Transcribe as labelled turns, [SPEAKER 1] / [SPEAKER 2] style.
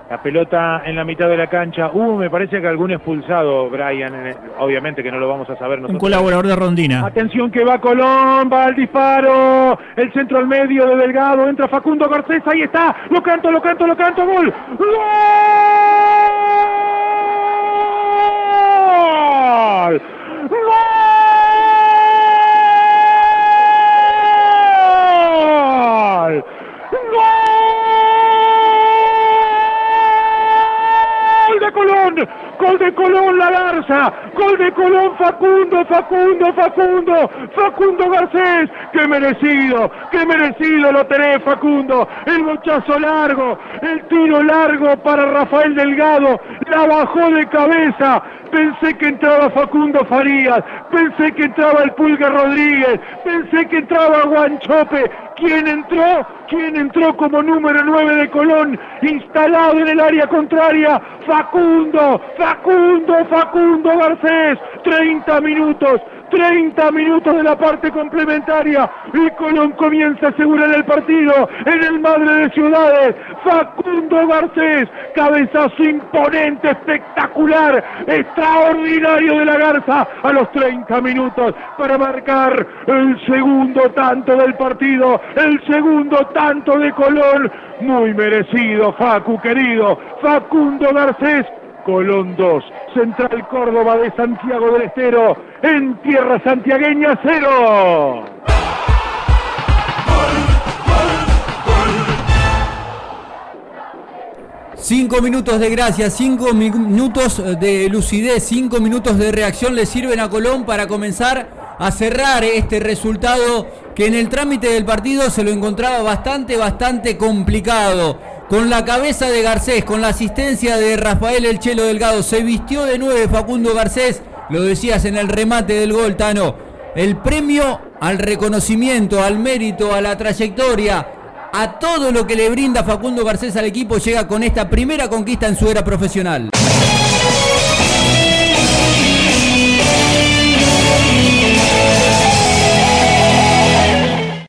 [SPEAKER 1] La pelota en la mitad de la cancha. Me parece que algún expulsado, Brian. Obviamente que no lo vamos a saber nosotros.
[SPEAKER 2] Un colaborador de Rondina.
[SPEAKER 1] Atención que va Colón, va al disparo. El centro al medio de Delgado. Entra Facundo Garcés. Ahí está. Lo canto. ¡Gol! ¡Gol! Gol de Colón, La Garza. Gol de Colón, Facundo Garcés. Qué merecido lo tenés, Facundo. El bochazo largo, el tiro largo para Rafael Delgado. La bajó de cabeza. Pensé que entraba Facundo Farías, pensé que entraba el Pulga Rodríguez, pensé que entraba Guanchope. ¿Quién entró como número 9 de Colón? Instalado en el área contraria. Facundo Garcés. 30 minutos de la parte complementaria y Colón comienza a asegurar el partido en el Madre de Ciudades. Facundo Garcés, cabezazo imponente, espectacular, extraordinario de La Garza a los 30 minutos para marcar el segundo tanto del partido, el segundo tanto de Colón. Muy merecido, Facu querido. Facundo Garcés. Colón 2, Central Córdoba de Santiago del Estero, en tierra santiagueña 0.
[SPEAKER 3] 5 minutos de gracia, 5 minutos de lucidez, 5 minutos de reacción le sirven a Colón para comenzar a cerrar este resultado que en el trámite del partido se lo encontraba bastante complicado. Con la cabeza de Garcés, con la asistencia de Rafael El Chelo Delgado, se vistió de 9 Facundo Garcés, lo decías en el remate del gol, Tano. El premio al reconocimiento, al mérito, a la trayectoria, a todo lo que le brinda Facundo Garcés al equipo llega con esta primera conquista en su era profesional.